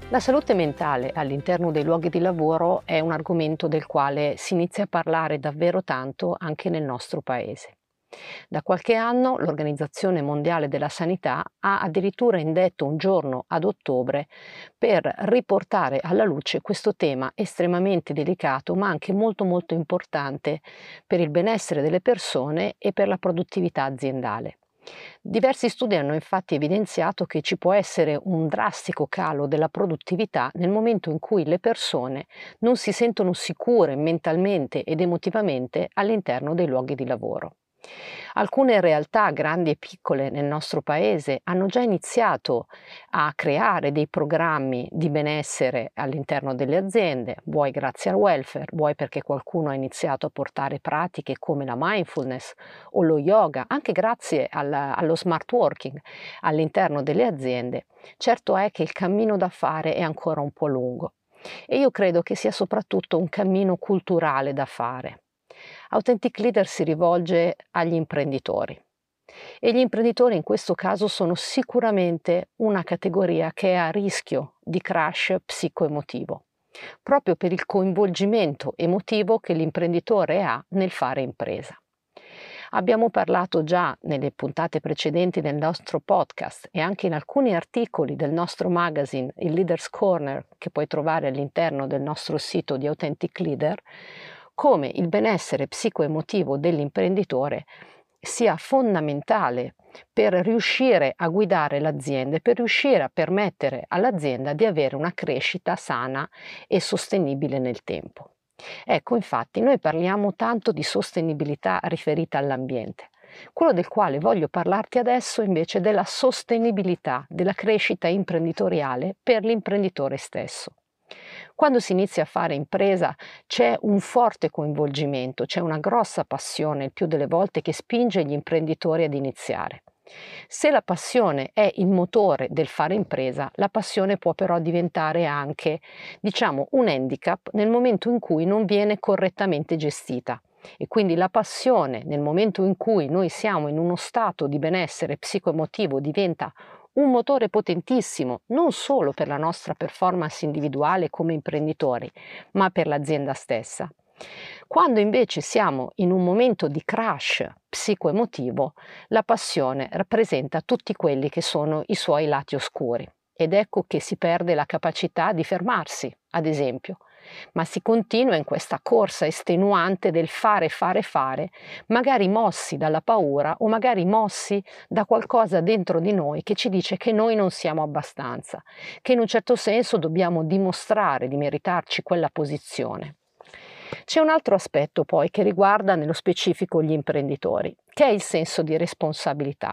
La salute mentale all'interno dei luoghi di lavoro è un argomento del quale si inizia a parlare davvero tanto anche nel nostro paese. Da qualche anno l'Organizzazione Mondiale della Sanità ha addirittura indetto un giorno ad ottobre per riportare alla luce questo tema estremamente delicato ma anche molto molto importante per il benessere delle persone e per la produttività aziendale. Diversi studi hanno infatti evidenziato che ci può essere un drastico calo della produttività nel momento in cui le persone non si sentono sicure mentalmente ed emotivamente all'interno dei luoghi di lavoro. Alcune realtà, grandi e piccole, nel nostro paese hanno già iniziato a creare dei programmi di benessere all'interno delle aziende, vuoi grazie al welfare, vuoi perché qualcuno ha iniziato a portare pratiche come la mindfulness o lo yoga, anche grazie allo smart working all'interno delle aziende. Certo è che il cammino da fare è ancora un po' lungo e io credo che sia soprattutto un cammino culturale da fare. Authentic Leader si rivolge agli imprenditori e gli imprenditori in questo caso sono sicuramente una categoria che è a rischio di crash psicoemotivo, proprio per il coinvolgimento emotivo che l'imprenditore ha nel fare impresa. Abbiamo parlato già nelle puntate precedenti del nostro podcast e anche in alcuni articoli del nostro magazine, il Leaders Corner, che puoi trovare all'interno del nostro sito di Authentic Leader, come il benessere psicoemotivo dell'imprenditore sia fondamentale per riuscire a guidare l'azienda e per riuscire a permettere all'azienda di avere una crescita sana e sostenibile nel tempo. Ecco, infatti, noi parliamo tanto di sostenibilità riferita all'ambiente. Quello del quale voglio parlarti adesso invece è della sostenibilità della crescita imprenditoriale per l'imprenditore stesso. Quando si inizia a fare impresa c'è un forte coinvolgimento, c'è una grossa passione il più delle volte che spinge gli imprenditori ad iniziare. Se la passione è il motore del fare impresa, la passione può però diventare anche, diciamo, un handicap nel momento in cui non viene correttamente gestita. E quindi la passione, nel momento in cui noi siamo in uno stato di benessere psicoemotivo, diventa un motore potentissimo, non solo per la nostra performance individuale come imprenditori, ma per l'azienda stessa. Quando invece siamo in un momento di crash psicoemotivo, la passione rappresenta tutti quelli che sono i suoi lati oscuri ed ecco che si perde la capacità di fermarsi, ad esempio, ma si continua in questa corsa estenuante del fare, fare, fare, magari mossi dalla paura o magari mossi da qualcosa dentro di noi che ci dice che noi non siamo abbastanza, che in un certo senso dobbiamo dimostrare di meritarci quella posizione. C'è un altro aspetto poi che riguarda nello specifico gli imprenditori, che è il senso di responsabilità.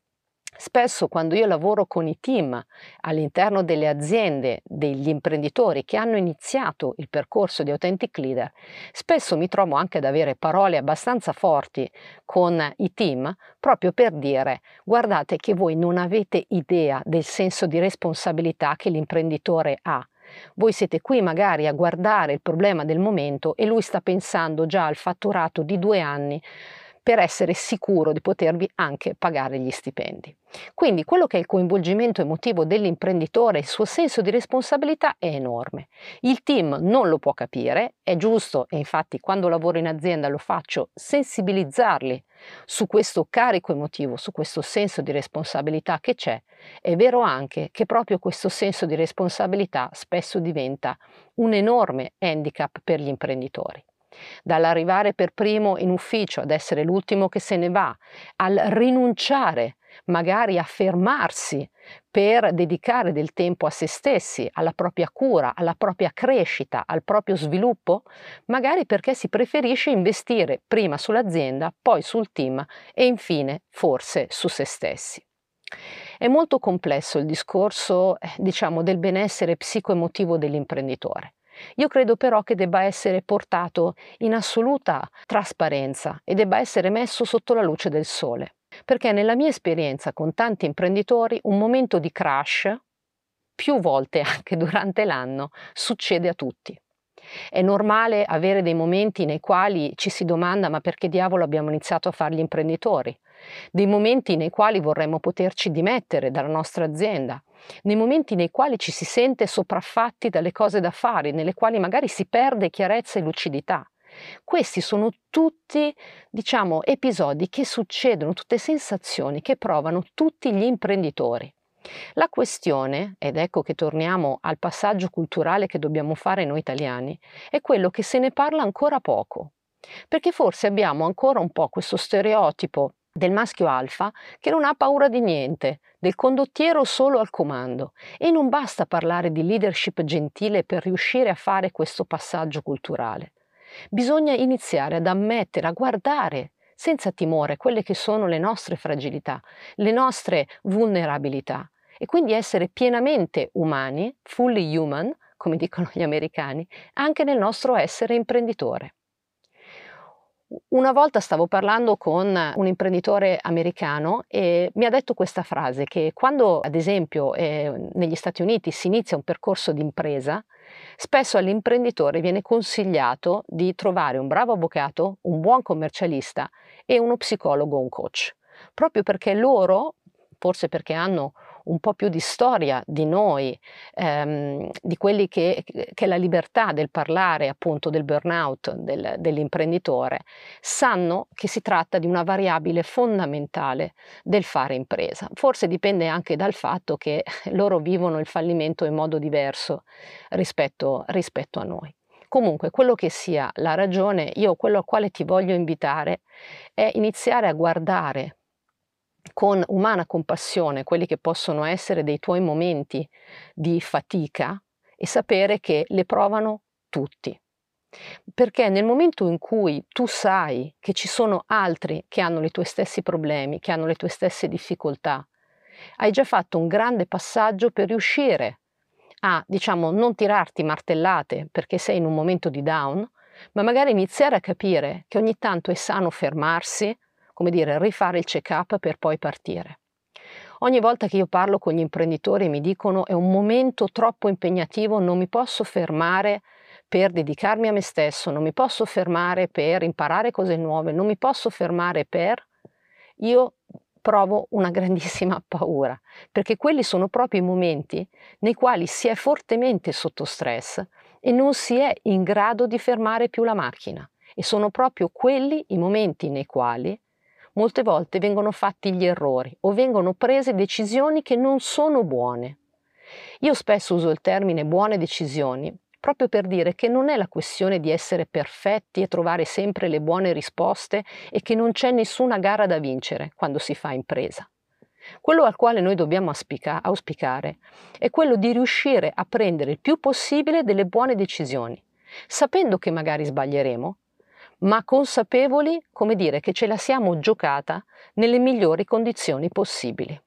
Spesso quando io lavoro con i team all'interno delle aziende, degli imprenditori che hanno iniziato il percorso di Authentic Leader, spesso mi trovo anche ad avere parole abbastanza forti con i team proprio per dire guardate che voi non avete idea del senso di responsabilità che l'imprenditore ha. Voi siete qui magari a guardare il problema del momento e lui sta pensando già al fatturato di 2 anni per essere sicuro di potervi anche pagare gli stipendi. Quindi quello che è il coinvolgimento emotivo dell'imprenditore, il suo senso di responsabilità è enorme. Il team non lo può capire, è giusto e infatti quando lavoro in azienda lo faccio sensibilizzarli su questo carico emotivo, su questo senso di responsabilità che c'è. È vero anche che proprio questo senso di responsabilità spesso diventa un enorme handicap per gli imprenditori. Dall'arrivare per primo in ufficio ad essere l'ultimo che se ne va, al rinunciare magari a fermarsi per dedicare del tempo a se stessi, alla propria cura, alla propria crescita, al proprio sviluppo, magari perché si preferisce investire prima sull'azienda, poi sul team e infine forse su se stessi. È molto complesso il discorso, diciamo, del benessere psicoemotivo dell'imprenditore. Io credo però che debba essere portato in assoluta trasparenza e debba essere messo sotto la luce del sole, perché nella mia esperienza con tanti imprenditori un momento di crash, più volte anche durante l'anno, succede a tutti. È normale avere dei momenti nei quali ci si domanda ma perché diavolo abbiamo iniziato a fare gli imprenditori? dei momenti nei quali vorremmo poterci dimettere dalla nostra azienda, nei momenti nei quali ci si sente sopraffatti dalle cose da fare, nelle quali magari si perde chiarezza e lucidità. Questi sono tutti, diciamo, episodi che succedono, tutte sensazioni che provano tutti gli imprenditori. La questione, ed ecco che torniamo al passaggio culturale che dobbiamo fare noi italiani, è quello che se ne parla ancora poco, perché forse abbiamo ancora un po' questo stereotipo del maschio alfa che non ha paura di niente, del condottiero solo al comando, e non basta parlare di leadership gentile per riuscire a fare questo passaggio culturale. Bisogna iniziare ad ammettere, a guardare senza timore quelle che sono le nostre fragilità, le nostre vulnerabilità e quindi essere pienamente umani, fully human, come dicono gli americani, anche nel nostro essere imprenditore. Una volta stavo parlando con un imprenditore americano e mi ha detto questa frase, che quando ad esempio negli Stati Uniti si inizia un percorso di impresa, spesso all'imprenditore viene consigliato di trovare un bravo avvocato, un buon commercialista e uno psicologo o un coach, proprio perché loro, forse perché hanno un po' più di storia di noi, di quelli che è la libertà del parlare, appunto del burnout dell'imprenditore, sanno che si tratta di una variabile fondamentale del fare impresa. Forse dipende anche dal fatto che loro vivono il fallimento in modo diverso rispetto a noi. Comunque, quello che sia la ragione, io quello al quale ti voglio invitare è iniziare a guardare con umana compassione quelli che possono essere dei tuoi momenti di fatica e sapere che le provano tutti. Perché nel momento in cui tu sai che ci sono altri che hanno i tuoi stessi problemi, che hanno le tue stesse difficoltà, hai già fatto un grande passaggio per riuscire a, diciamo, non tirarti martellate perché sei in un momento di down, ma magari iniziare a capire che ogni tanto è sano fermarsi, come dire, rifare il check-up per poi partire. Ogni volta che io parlo con gli imprenditori mi dicono è un momento troppo impegnativo, non mi posso fermare per dedicarmi a me stesso, non mi posso fermare per imparare cose nuove, non mi posso fermare per... Io provo una grandissima paura, perché quelli sono proprio i momenti nei quali si è fortemente sotto stress e non si è in grado di fermare più la macchina. E sono proprio quelli i momenti nei quali molte volte vengono fatti gli errori o vengono prese decisioni che non sono buone. Io spesso uso il termine buone decisioni proprio per dire che non è la questione di essere perfetti e trovare sempre le buone risposte e che non c'è nessuna gara da vincere quando si fa impresa. Quello al quale noi dobbiamo auspicare è quello di riuscire a prendere il più possibile delle buone decisioni, sapendo che magari sbaglieremo, ma consapevoli, come dire, che ce la siamo giocata nelle migliori condizioni possibili.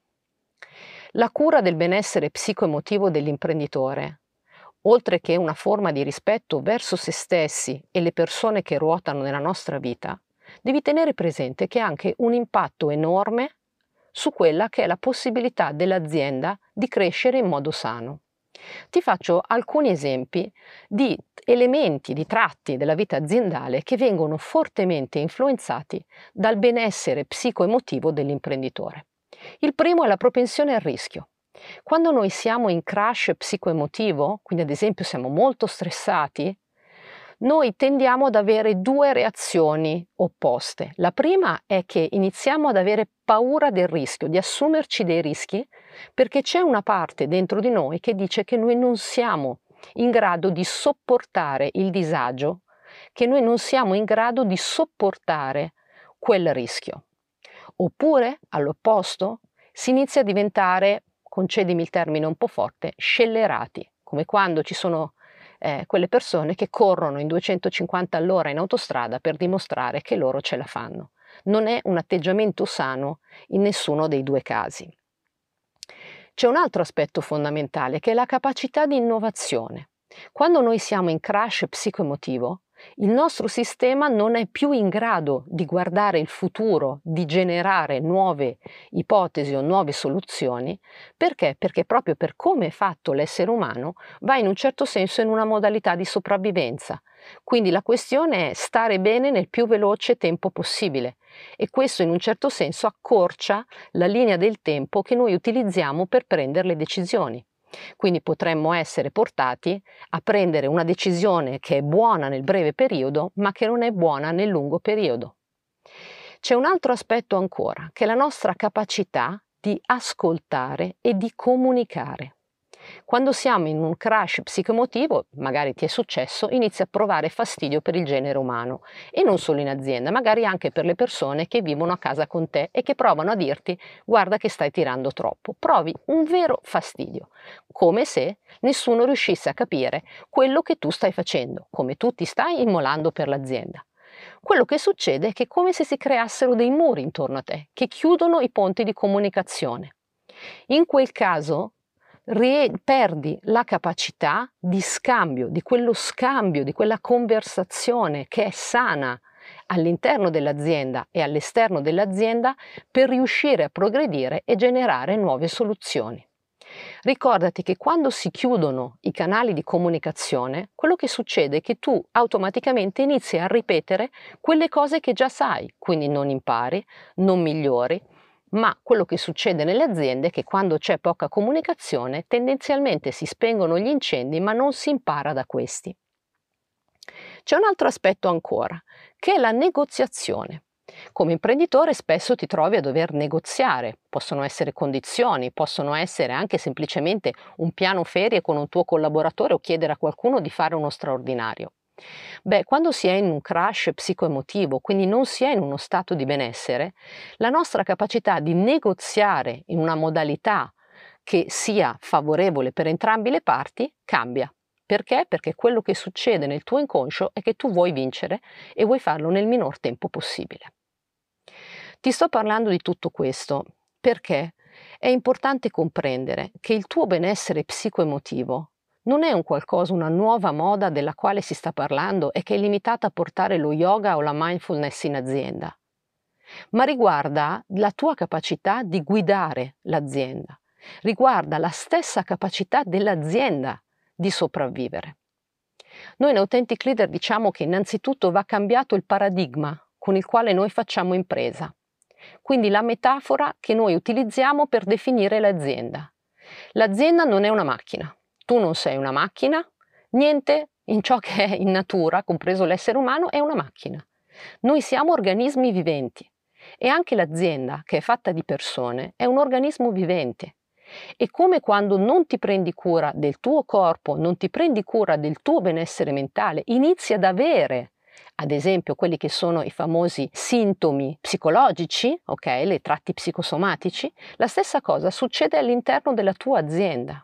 La cura del benessere psicoemotivo dell'imprenditore, oltre che una forma di rispetto verso se stessi e le persone che ruotano nella nostra vita, devi tenere presente che ha anche un impatto enorme su quella che è la possibilità dell'azienda di crescere in modo sano. Ti faccio alcuni esempi di elementi, di tratti della vita aziendale che vengono fortemente influenzati dal benessere psicoemotivo dell'imprenditore. Il primo è la propensione al rischio. Quando noi siamo in crash psicoemotivo, quindi ad esempio siamo molto stressati, noi tendiamo ad avere due reazioni opposte. La prima è che iniziamo ad avere paura del rischio, di assumerci dei rischi, perché c'è una parte dentro di noi che dice che noi non siamo in grado di sopportare il disagio, che noi non siamo in grado di sopportare quel rischio. Oppure, all'opposto, si inizia a diventare, concedimi il termine un po' forte, scellerati, come quando ci sono quelle persone che corrono in 250 all'ora in autostrada per dimostrare che loro ce la fanno. Non è un atteggiamento sano in nessuno dei due casi. C'è un altro aspetto fondamentale che è la capacità di innovazione. Quando noi siamo in crash psicoemotivo, Il nostro sistema non è più in grado di guardare il futuro, di generare nuove ipotesi o nuove soluzioni. Perché? Perché proprio per come è fatto l'essere umano va in un certo senso in una modalità di sopravvivenza. Quindi la questione è stare bene nel più veloce tempo possibile e questo in un certo senso accorcia la linea del tempo che noi utilizziamo per prendere le decisioni. Quindi potremmo essere portati a prendere una decisione che è buona nel breve periodo, ma che non è buona nel lungo periodo. C'è un altro aspetto ancora, che è la nostra capacità di ascoltare e di comunicare. Quando siamo in un crash psicoemotivo, magari ti è successo, inizi a provare fastidio per il genere umano e non solo in azienda, magari anche per le persone che vivono a casa con te e che provano a dirti guarda che stai tirando troppo. Provi un vero fastidio, come se nessuno riuscisse a capire quello che tu stai facendo, come tu ti stai immolando per l'azienda. Quello che succede è che è come se si creassero dei muri intorno a te, che chiudono i ponti di comunicazione. In quel caso perdi la capacità di scambio, di quello scambio, di quella conversazione che è sana all'interno dell'azienda e all'esterno dell'azienda per riuscire a progredire e generare nuove soluzioni. Ricordati che quando si chiudono i canali di comunicazione, quello che succede è che tu automaticamente inizi a ripetere quelle cose che già sai, quindi non impari, non migliori, ma quello che succede nelle aziende è che quando c'è poca comunicazione tendenzialmente si spengono gli incendi ma non si impara da questi. C'è un altro aspetto ancora, che è la negoziazione. Come imprenditore spesso ti trovi a dover negoziare, possono essere condizioni, possono essere anche semplicemente un piano ferie con un tuo collaboratore o chiedere a qualcuno di fare uno straordinario. Beh, quando si è in un crash psicoemotivo, quindi non si è in uno stato di benessere, la nostra capacità di negoziare in una modalità che sia favorevole per entrambe le parti cambia. Perché? Perché quello che succede nel tuo inconscio è che tu vuoi vincere e vuoi farlo nel minor tempo possibile. Ti sto parlando di tutto questo perché è importante comprendere che il tuo benessere psicoemotivo non è un qualcosa, una nuova moda della quale si sta parlando e che è limitata a portare lo yoga o la mindfulness in azienda, ma riguarda la tua capacità di guidare l'azienda, riguarda la stessa capacità dell'azienda di sopravvivere. Noi in Authentic Leader diciamo che innanzitutto va cambiato il paradigma con il quale noi facciamo impresa, quindi la metafora che noi utilizziamo per definire l'azienda. L'azienda non è una macchina, tu non sei una macchina, niente in ciò che è in natura, compreso l'essere umano, è una macchina. Noi siamo organismi viventi e anche l'azienda, che è fatta di persone, è un organismo vivente. E come quando non ti prendi cura del tuo corpo, non ti prendi cura del tuo benessere mentale, inizi ad avere, ad esempio, quelli che sono i famosi sintomi psicologici, ok, le tratti psicosomatici, la stessa cosa succede all'interno della tua azienda.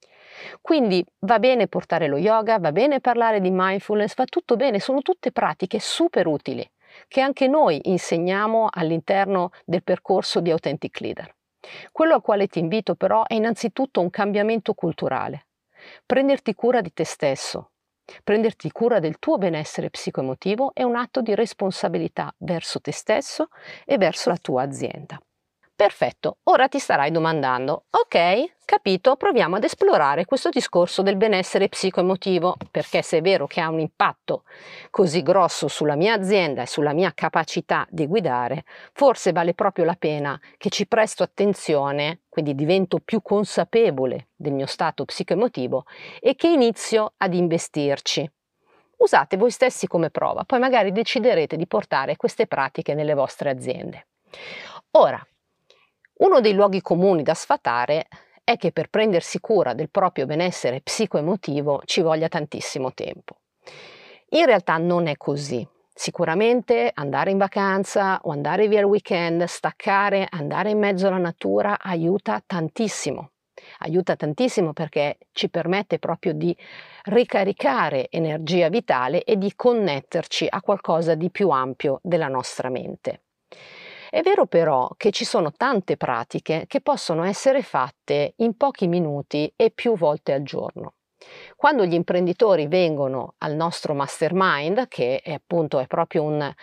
Quindi va bene portare lo yoga, va bene parlare di mindfulness, va tutto bene, sono tutte pratiche super utili che anche noi insegniamo all'interno del percorso di Authentic Leader. Quello al quale ti invito però è innanzitutto un cambiamento culturale. Prenderti cura di te stesso, prenderti cura del tuo benessere psicoemotivo è un atto di responsabilità verso te stesso e verso la tua azienda. Perfetto, ora ti starai domandando, ok, capito, proviamo ad esplorare questo discorso del benessere psicoemotivo, perché se è vero che ha un impatto così grosso sulla mia azienda e sulla mia capacità di guidare, forse vale proprio la pena che ci presto attenzione, quindi divento più consapevole del mio stato psicoemotivo e che inizio ad investirci. Usate voi stessi come prova, poi magari deciderete di portare queste pratiche nelle vostre aziende. Ora, uno dei luoghi comuni da sfatare è che per prendersi cura del proprio benessere psicoemotivo ci voglia tantissimo tempo. In realtà non è così. Sicuramente andare in vacanza o andare via il weekend, staccare, andare in mezzo alla natura aiuta tantissimo. Aiuta tantissimo perché ci permette proprio di ricaricare energia vitale e di connetterci a qualcosa di più ampio della nostra mente. È vero però che ci sono tante pratiche che possono essere fatte in pochi minuti e più volte al giorno. Quando gli imprenditori vengono al nostro mastermind, che è appunto è proprio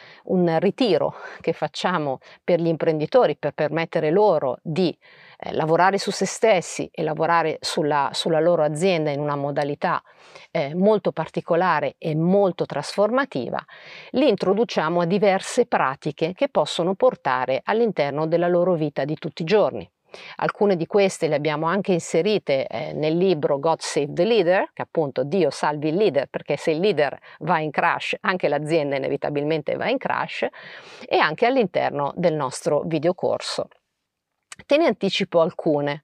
un ritiro che facciamo per gli imprenditori per permettere loro di lavorare su se stessi e lavorare sulla loro azienda in una modalità molto particolare e molto trasformativa, li introduciamo a diverse pratiche che possono portare all'interno della loro vita di tutti i giorni. Alcune di queste le abbiamo anche inserite nel libro God Save the Leader, che appunto Dio salvi il leader, perché se il leader va in crash anche l'azienda inevitabilmente va in crash, e anche all'interno del nostro videocorso. Te ne anticipo alcune.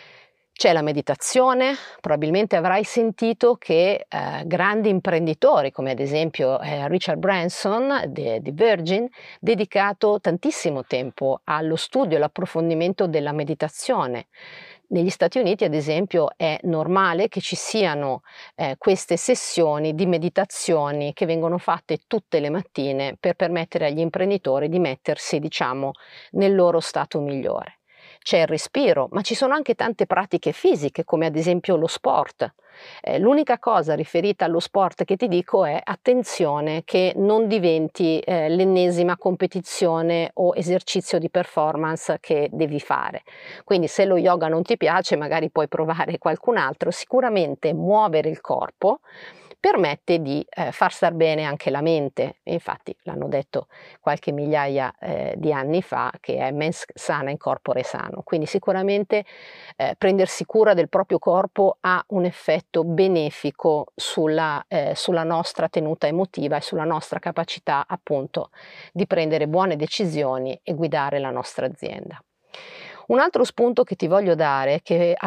C'è la meditazione, probabilmente avrai sentito che grandi imprenditori come ad esempio Richard Branson di Virgin dedicato tantissimo tempo allo studio e all'approfondimento della meditazione. Negli Stati Uniti ad esempio è normale che ci siano queste sessioni di meditazioni che vengono fatte tutte le mattine per permettere agli imprenditori di mettersi diciamo nel loro stato migliore. C'è il respiro, ma ci sono anche tante pratiche fisiche, come ad esempio lo sport. L'unica cosa riferita allo sport che ti dico è attenzione che non diventi l'ennesima competizione o esercizio di performance che devi fare. Quindi se lo yoga non ti piace, magari puoi provare qualcun altro. Sicuramente muovere il corpo permette di far star bene anche la mente. Infatti l'hanno detto qualche migliaia di anni fa che è mens sana in corpore sano, quindi sicuramente prendersi cura del proprio corpo ha un effetto benefico sulla nostra tenuta emotiva e sulla nostra capacità appunto di prendere buone decisioni e guidare la nostra azienda. Un altro spunto che ti voglio dare,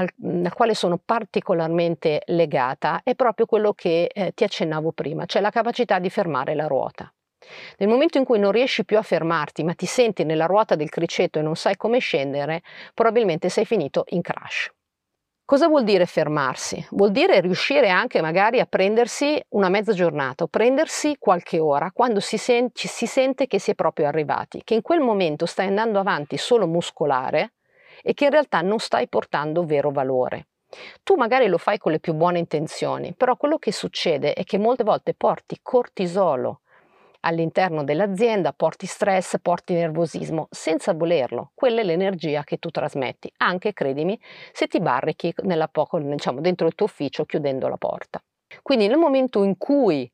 al quale sono particolarmente legata, è proprio quello che ti accennavo prima, cioè la capacità di fermare la ruota. Nel momento in cui non riesci più a fermarti, ma ti senti nella ruota del criceto e non sai come scendere, probabilmente sei finito in crash. Cosa vuol dire fermarsi? Vuol dire riuscire anche magari a prendersi una mezza giornata o prendersi qualche ora quando ci si sente che si è proprio arrivati, che in quel momento stai andando avanti solo muscolare e che in realtà non stai portando vero valore. Tu magari lo fai con le più buone intenzioni, però quello che succede è che molte volte porti cortisolo all'interno dell'azienda, porti stress, porti nervosismo, senza volerlo. Quella è l'energia che tu trasmetti, anche, credimi, se ti barrichi diciamo, dentro il tuo ufficio chiudendo la porta. Quindi nel momento in cui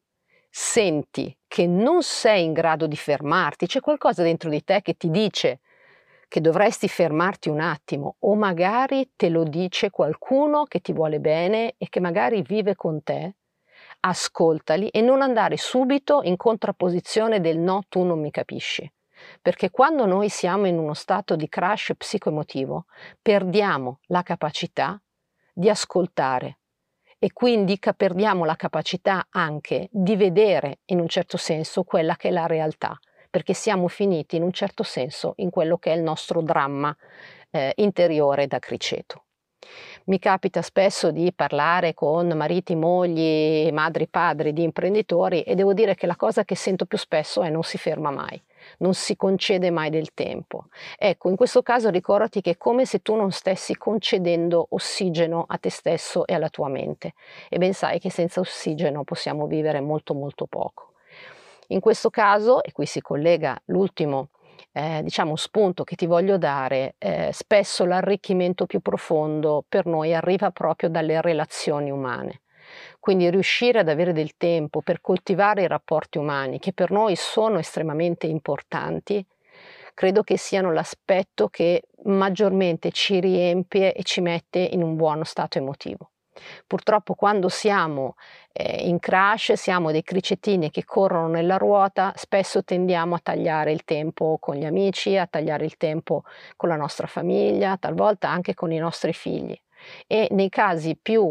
senti che non sei in grado di fermarti, c'è qualcosa dentro di te che ti dice che dovresti fermarti un attimo, o magari te lo dice qualcuno che ti vuole bene e che magari vive con te, ascoltali e non andare subito in contrapposizione del no, tu non mi capisci. Perché quando noi siamo in uno stato di crash psicoemotivo, perdiamo la capacità di ascoltare e quindi perdiamo la capacità anche di vedere in un certo senso quella che è la realtà, perché siamo finiti in un certo senso in quello che è il nostro dramma interiore da criceto. Mi capita spesso di parlare con mariti, mogli, madri, padri di imprenditori e devo dire che la cosa che sento più spesso è non si ferma mai, non si concede mai del tempo. Ecco, in questo caso ricordati che è come se tu non stessi concedendo ossigeno a te stesso e alla tua mente e ben sai che senza ossigeno possiamo vivere molto molto poco. In questo caso, e qui si collega l'ultimo diciamo spunto che ti voglio dare, spesso l'arricchimento più profondo per noi arriva proprio dalle relazioni umane. Quindi riuscire ad avere del tempo per coltivare i rapporti umani, che per noi sono estremamente importanti, credo che siano l'aspetto che maggiormente ci riempie e ci mette in un buono stato emotivo. Purtroppo quando siamo in crash, siamo dei cricetini che corrono nella ruota, spesso tendiamo a tagliare il tempo con gli amici, a tagliare il tempo con la nostra famiglia, talvolta anche con i nostri figli. E nei casi più,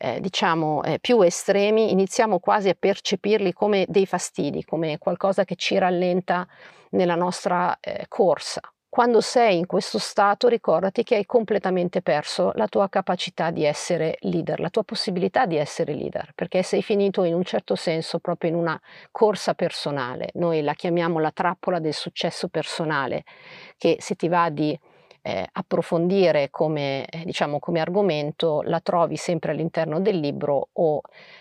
più estremi iniziamo quasi a percepirli come dei fastidi, come qualcosa che ci rallenta nella nostra corsa. Quando sei in questo stato ricordati che hai completamente perso la tua capacità di essere leader, la tua possibilità di essere leader, perché sei finito in un certo senso proprio in una corsa personale. Noi la chiamiamo la trappola del successo personale, che se ti va di approfondire diciamo come argomento, la trovi sempre all'interno del libro o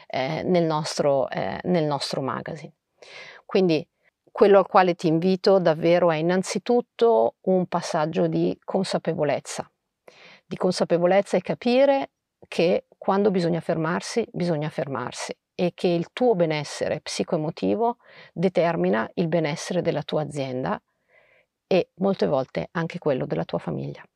nel nostro magazine. Quindi quello al quale ti invito davvero è innanzitutto un passaggio di consapevolezza e capire che quando bisogna fermarsi e che il tuo benessere psicoemotivo determina il benessere della tua azienda e molte volte anche quello della tua famiglia.